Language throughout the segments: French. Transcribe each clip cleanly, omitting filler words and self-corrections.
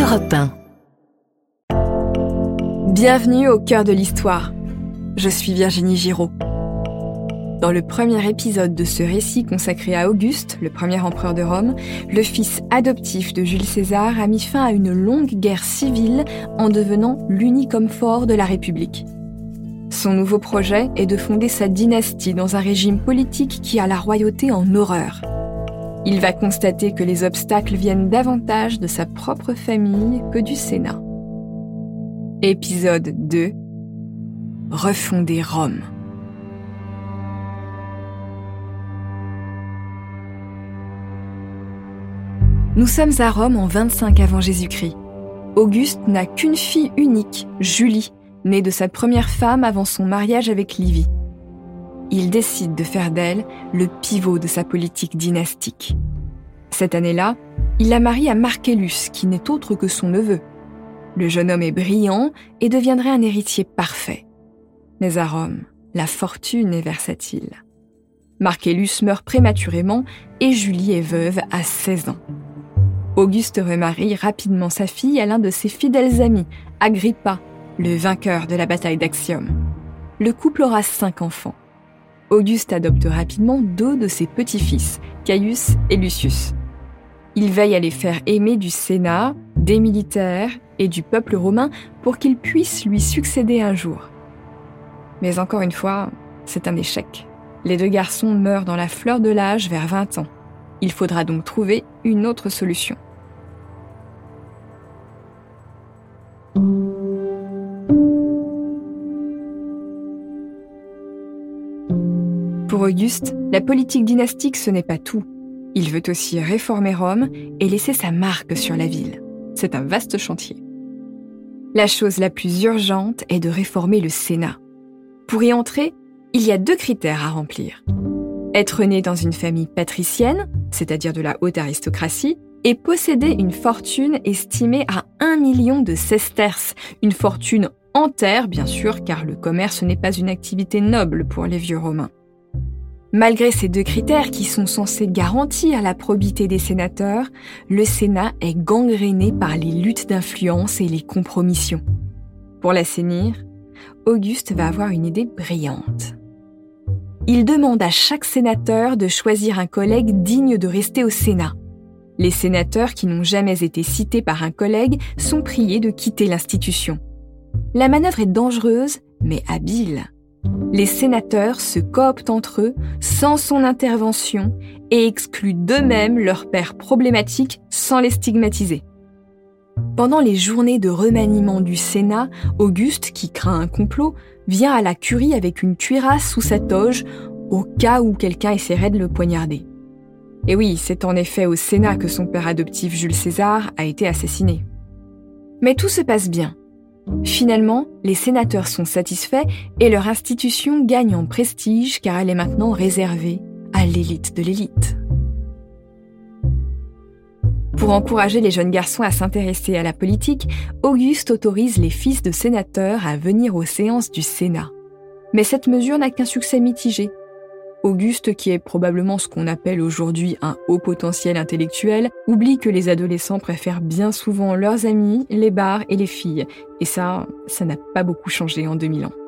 Europe 1. Bienvenue au cœur de l'histoire. Je suis Virginie Giraud. Dans le premier épisode de ce récit consacré à Auguste, le premier empereur de Rome, le fils adoptif de Jules César a mis fin à une longue guerre civile en devenant l'unique homme fort de la République. Son nouveau projet est de fonder sa dynastie dans un régime politique qui a la royauté en horreur. Il va constater que les obstacles viennent davantage de sa propre famille que du Sénat. Épisode 2. Refonder Rome. Nous sommes à Rome en 25 avant Jésus-Christ. Auguste n'a qu'une fille unique, Julie, née de sa première femme avant son mariage avec Livie. Il décide de faire d'elle le pivot de sa politique dynastique. Cette année-là, il la marie à Marcellus, qui n'est autre que son neveu. Le jeune homme est brillant et deviendrait un héritier parfait. Mais à Rome, la fortune est versatile. Marcellus meurt prématurément et Julie est veuve à 16 ans. Auguste remarie rapidement sa fille à l'un de ses fidèles amis, Agrippa, le vainqueur de la bataille d'Actium. Le couple aura 5 enfants. Auguste adopte rapidement 2 de ses petits-fils, Caius et Lucius. Il veille à les faire aimer du Sénat, des militaires et du peuple romain pour qu'ils puissent lui succéder un jour. Mais encore une fois, c'est un échec. Les 2 garçons meurent dans la fleur de l'âge vers 20 ans. Il faudra donc trouver une autre solution. Pour Auguste, la politique dynastique, ce n'est pas tout. Il veut aussi réformer Rome et laisser sa marque sur la ville. C'est un vaste chantier. La chose la plus urgente est de réformer le Sénat. Pour y entrer, il y a 2 critères à remplir. Être né dans une famille patricienne, c'est-à-dire de la haute aristocratie, et posséder une fortune estimée à 1 million de sesterces, une fortune en terre, bien sûr, car le commerce n'est pas une activité noble pour les vieux Romains. Malgré ces 2 critères qui sont censés garantir la probité des sénateurs, le Sénat est gangréné par les luttes d'influence et les compromissions. Pour l'assainir, Auguste va avoir une idée brillante. Il demande à chaque sénateur de choisir un collègue digne de rester au Sénat. Les sénateurs qui n'ont jamais été cités par un collègue sont priés de quitter l'institution. La manœuvre est dangereuse, mais habile. Les sénateurs se cooptent entre eux sans son intervention et excluent d'eux-mêmes leurs pairs problématiques sans les stigmatiser. Pendant les journées de remaniement du Sénat, Auguste, qui craint un complot, vient à la curie avec une cuirasse sous sa toge au cas où quelqu'un essaierait de le poignarder. Et oui, c'est en effet au Sénat que son père adoptif Jules César a été assassiné. Mais tout se passe bien. Finalement, les sénateurs sont satisfaits et leur institution gagne en prestige car elle est maintenant réservée à l'élite de l'élite. Pour encourager les jeunes garçons à s'intéresser à la politique, Auguste autorise les fils de sénateurs à venir aux séances du Sénat. Mais cette mesure n'a qu'un succès mitigé. Auguste, qui est probablement ce qu'on appelle aujourd'hui un haut potentiel intellectuel, oublie que les adolescents préfèrent bien souvent leurs amis, les bars et les filles. Et ça n'a pas beaucoup changé en 2000 ans.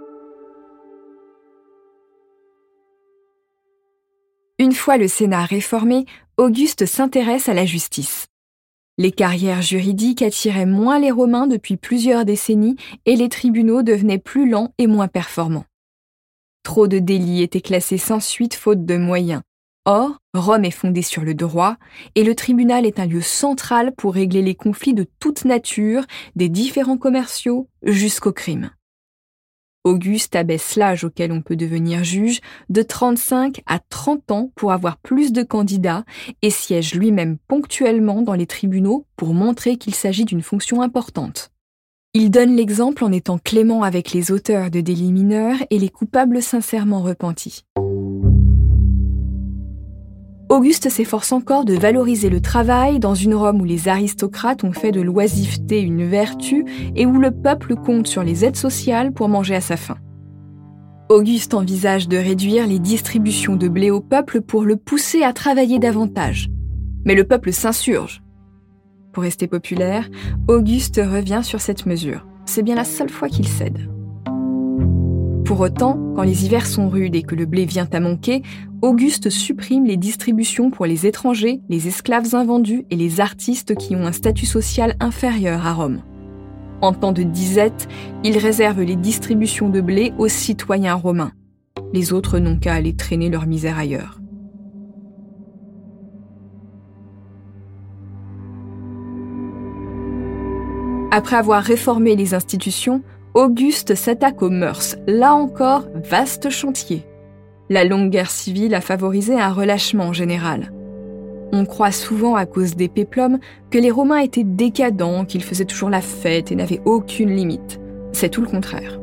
Une fois le Sénat réformé, Auguste s'intéresse à la justice. Les carrières juridiques attiraient moins les Romains depuis plusieurs décennies et les tribunaux devenaient plus lents et moins performants. Trop de délits étaient classés sans suite faute de moyens. Or, Rome est fondée sur le droit et le tribunal est un lieu central pour régler les conflits de toute nature, des différends commerciaux jusqu'au crime. Auguste abaisse l'âge auquel on peut devenir juge de 35 à 30 ans pour avoir plus de candidats et siège lui-même ponctuellement dans les tribunaux pour montrer qu'il s'agit d'une fonction importante. Il donne l'exemple en étant clément avec les auteurs de délits mineurs et les coupables sincèrement repentis. Auguste s'efforce encore de valoriser le travail dans une Rome où les aristocrates ont fait de l'oisiveté une vertu et où le peuple compte sur les aides sociales pour manger à sa faim. Auguste envisage de réduire les distributions de blé au peuple pour le pousser à travailler davantage. Mais le peuple s'insurge. pour rester populaire, Auguste revient sur cette mesure. C'est bien la seule fois qu'il cède. Pour autant, quand les hivers sont rudes et que le blé vient à manquer, Auguste supprime les distributions pour les étrangers, les esclaves invendus et les artistes qui ont un statut social inférieur à Rome. En temps de disette, il réserve les distributions de blé aux citoyens romains. Les autres n'ont qu'à aller traîner leur misère ailleurs. Après avoir réformé les institutions, Auguste s'attaque aux mœurs. Là encore, vaste chantier. La longue guerre civile a favorisé un relâchement général. On croit souvent, à cause des péplums, que les Romains étaient décadents, qu'ils faisaient toujours la fête et n'avaient aucune limite. C'est tout le contraire.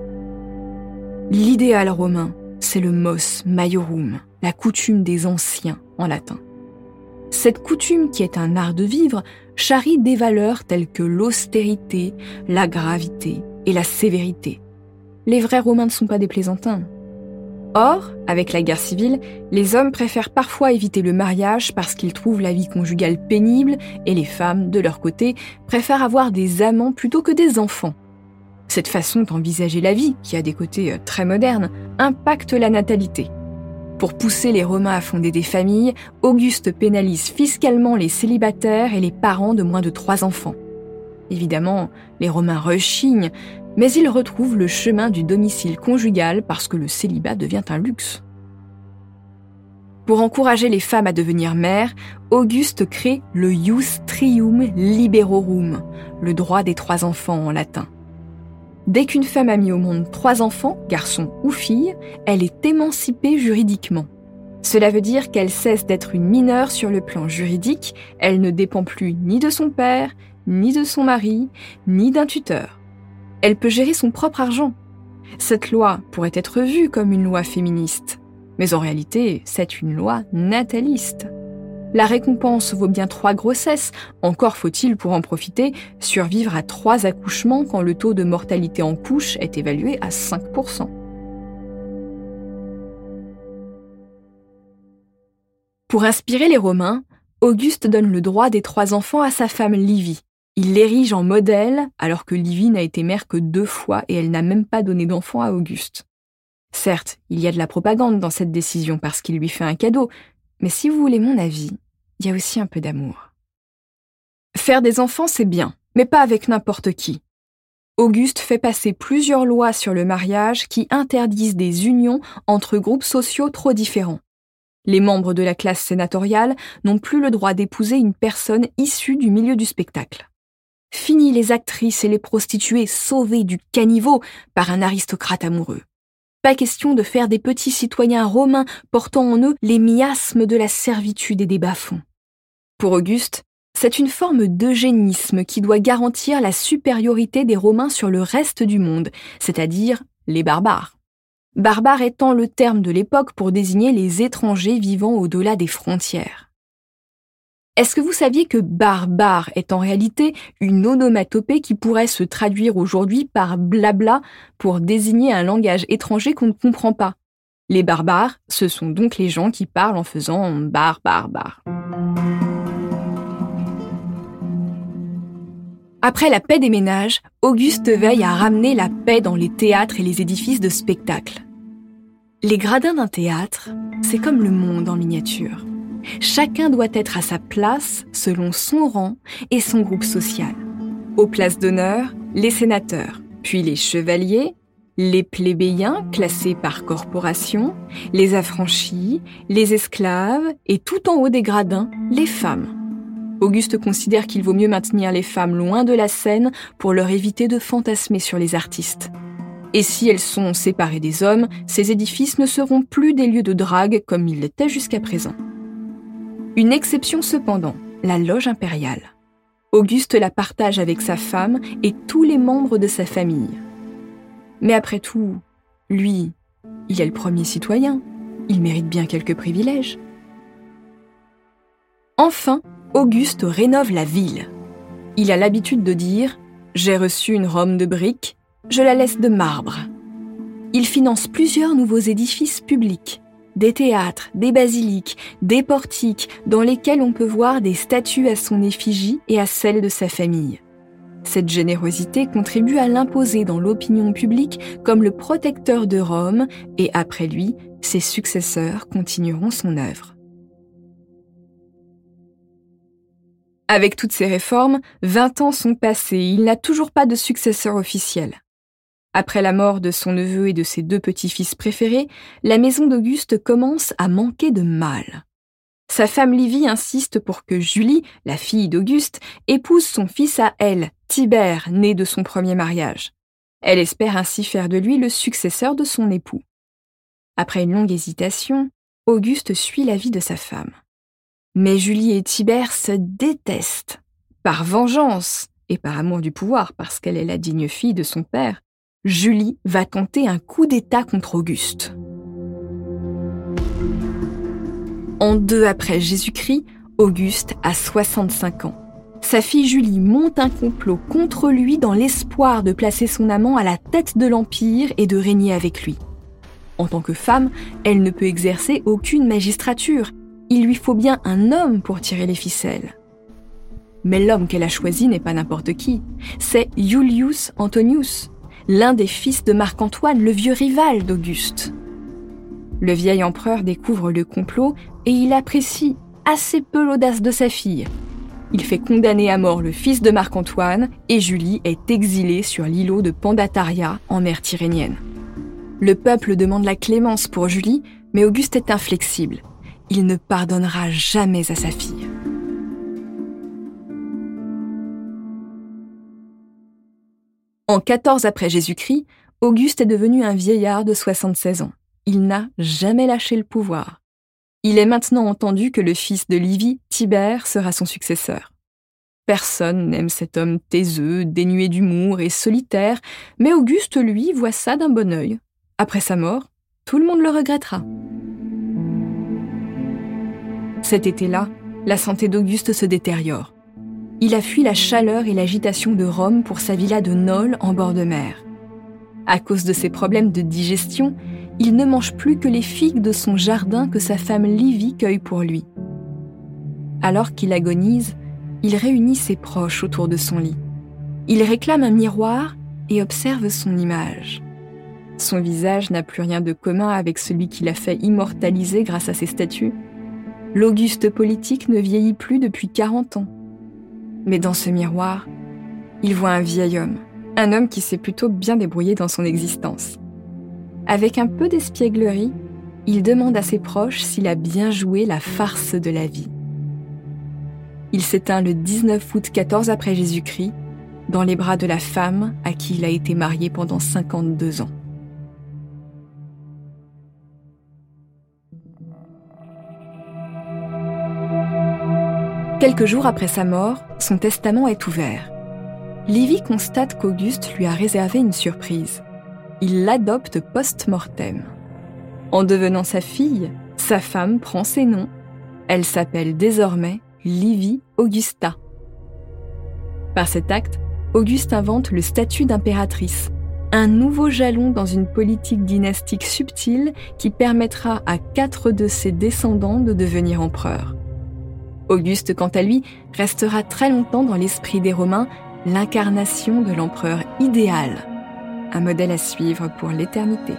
L'idéal romain, c'est le mos maiorum, la coutume des anciens en latin. Cette coutume, qui est un art de vivre, charrie des valeurs telles que l'austérité, la gravité et la sévérité. Les vrais Romains ne sont pas des plaisantins. Or, avec la guerre civile, les hommes préfèrent parfois éviter le mariage parce qu'ils trouvent la vie conjugale pénible et les femmes, de leur côté, préfèrent avoir des amants plutôt que des enfants. Cette façon d'envisager la vie, qui a des côtés très modernes, impacte la natalité. Pour pousser les Romains à fonder des familles, Auguste pénalise fiscalement les célibataires et les parents de moins de 3 enfants. Évidemment, les Romains rechignent, mais ils retrouvent le chemin du domicile conjugal parce que le célibat devient un luxe. Pour encourager les femmes à devenir mères, Auguste crée le ius trium liberorum, le droit des 3 enfants en latin. Dès qu'une femme a mis au monde 3 enfants, garçons ou filles, elle est émancipée juridiquement. Cela veut dire qu'elle cesse d'être une mineure sur le plan juridique, elle ne dépend plus ni de son père, ni de son mari, ni d'un tuteur. Elle peut gérer son propre argent. Cette loi pourrait être vue comme une loi féministe, mais en réalité, c'est une loi nataliste. La récompense vaut bien 3 grossesses, encore faut-il pour en profiter survivre à 3 accouchements quand le taux de mortalité en couche est évalué à 5%. Pour inspirer les Romains, Auguste donne le droit des 3 enfants à sa femme Livie. Il l'érige en modèle alors que Livie n'a été mère que 2 fois et elle n'a même pas donné d'enfant à Auguste. Certes, il y a de la propagande dans cette décision parce qu'il lui fait un cadeau, mais si vous voulez mon avis, il y a aussi un peu d'amour. Faire des enfants, c'est bien, mais pas avec n'importe qui. Auguste fait passer plusieurs lois sur le mariage qui interdisent des unions entre groupes sociaux trop différents. Les membres de la classe sénatoriale n'ont plus le droit d'épouser une personne issue du milieu du spectacle. Fini les actrices et les prostituées sauvées du caniveau par un aristocrate amoureux. Pas question de faire des petits citoyens romains portant en eux les miasmes de la servitude et des bas-fonds. Pour Auguste, c'est une forme d'eugénisme qui doit garantir la supériorité des Romains sur le reste du monde, c'est-à-dire les barbares. Barbare étant le terme de l'époque pour désigner les étrangers vivant au-delà des frontières. Est-ce que vous saviez que barbare est en réalité une onomatopée qui pourrait se traduire aujourd'hui par blabla pour désigner un langage étranger qu'on ne comprend pas? Les barbares, ce sont donc les gens qui parlent en faisant bar. Après la paix des ménages, Auguste veille à ramener la paix dans les théâtres et les édifices de spectacle. Les gradins d'un théâtre, c'est comme le monde en miniature. Chacun doit être à sa place selon son rang et son groupe social. Aux places d'honneur, les sénateurs, puis les chevaliers, les plébéiens classés par corporation, les affranchis, les esclaves et tout en haut des gradins, les femmes. Auguste considère qu'il vaut mieux maintenir les femmes loin de la scène pour leur éviter de fantasmer sur les artistes. Et si elles sont séparées des hommes, ces édifices ne seront plus des lieux de drague comme ils l'étaient jusqu'à présent. Une exception cependant, la loge impériale. Auguste la partage avec sa femme et tous les membres de sa famille. Mais après tout, lui, il est le premier citoyen. Il mérite bien quelques privilèges. Enfin, Auguste rénove la ville. Il a l'habitude de dire « J'ai reçu une Rome de briques, je la laisse de marbre ». Il finance plusieurs nouveaux édifices publics. des théâtres, des basiliques, des portiques dans lesquels on peut voir des statues à son effigie et à celle de sa famille. Cette générosité contribue à l'imposer dans l'opinion publique comme le protecteur de Rome et après lui, ses successeurs continueront son œuvre. Avec toutes ces réformes, 20 ans sont passés et il n'a toujours pas de successeur officiel. Après la mort de son neveu et de ses 2 petits-fils préférés, la maison d'Auguste commence à manquer de mal. Sa femme Livie insiste pour que Julie, la fille d'Auguste, épouse son fils à elle, Tibère, né de son premier mariage. Elle espère ainsi faire de lui le successeur de son époux. Après une longue hésitation, Auguste suit l'avis de sa femme. Mais Julie et Tibère se détestent. Par vengeance et par amour du pouvoir, parce qu'elle est la digne fille de son père, Julie va tenter un coup d'État contre Auguste. En 2 après Jésus-Christ, Auguste a 65 ans. Sa fille Julie monte un complot contre lui dans l'espoir de placer son amant à la tête de l'Empire et de régner avec lui. En tant que femme, elle ne peut exercer aucune magistrature. Il lui faut bien un homme pour tirer les ficelles. Mais l'homme qu'elle a choisi n'est pas n'importe qui. C'est Iulius Antonius, l'un des fils de Marc-Antoine, le vieux rival d'Auguste. Le vieil empereur découvre le complot et il apprécie assez peu l'audace de sa fille. Il fait condamner à mort le fils de Marc-Antoine et Julie est exilée sur l'îlot de Pandataria en mer Tyrrhénienne. Le peuple demande la clémence pour Julie, mais Auguste est inflexible. Il ne pardonnera jamais à sa fille. En 14 après Jésus-Christ, Auguste est devenu un vieillard de 76 ans. Il n'a jamais lâché le pouvoir. Il est maintenant entendu que le fils de Livie, Tibère, sera son successeur. Personne n'aime cet homme taiseux, dénué d'humour et solitaire, mais Auguste, lui, voit ça d'un bon œil. Après sa mort, tout le monde le regrettera. Cet été-là, la santé d'Auguste se détériore. Il a fui la chaleur et l'agitation de Rome pour sa villa de Nole en bord de mer. À cause de ses problèmes de digestion, il ne mange plus que les figues de son jardin que sa femme Livie cueille pour lui. Alors qu'il agonise, il réunit ses proches autour de son lit. Il réclame un miroir et observe son image. Son visage n'a plus rien de commun avec celui qu'il a fait immortaliser grâce à ses statues. L'Auguste politique ne vieillit plus depuis 40 ans. Mais dans ce miroir, il voit un vieil homme, un homme qui s'est plutôt bien débrouillé dans son existence. Avec un peu d'espièglerie, il demande à ses proches s'il a bien joué la farce de la vie. Il s'éteint le 19 août 14 après Jésus-Christ, dans les bras de la femme à qui il a été marié pendant 52 ans. Quelques jours après sa mort, son testament est ouvert. Livie constate qu'Auguste lui a réservé une surprise. Il l'adopte post-mortem. En devenant sa fille, sa femme prend ses noms. Elle s'appelle désormais Livie Augusta. Par cet acte, Auguste invente le statut d'impératrice, un nouveau jalon dans une politique dynastique subtile qui permettra à 4 de ses descendants de devenir empereurs. Auguste, quant à lui, restera très longtemps dans l'esprit des Romains l'incarnation de l'empereur idéal, un modèle à suivre pour l'éternité.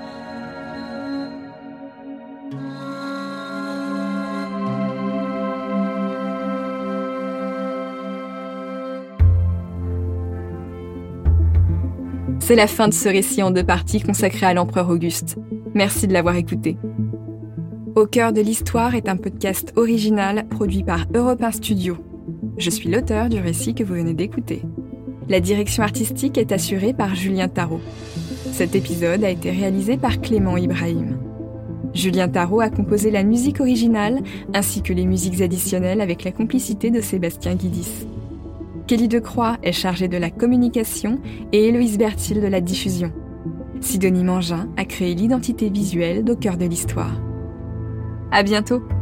C'est la fin de ce récit en 2 parties consacré à l'empereur Auguste. Merci de l'avoir écouté. Au cœur de l'histoire est un podcast original produit par Europe 1 Studio. Je suis l'auteur du récit que vous venez d'écouter. La direction artistique est assurée par Julien Tarot. Cet épisode a été réalisé par Clément Ibrahim. Julien Tarot a composé la musique originale ainsi que les musiques additionnelles avec la complicité de Sébastien Guidis. Kelly Decroix est chargée de la communication et Héloïse Bertil de la diffusion. Sidonie Mangin a créé l'identité visuelle d'Au cœur de l'histoire. À bientôt!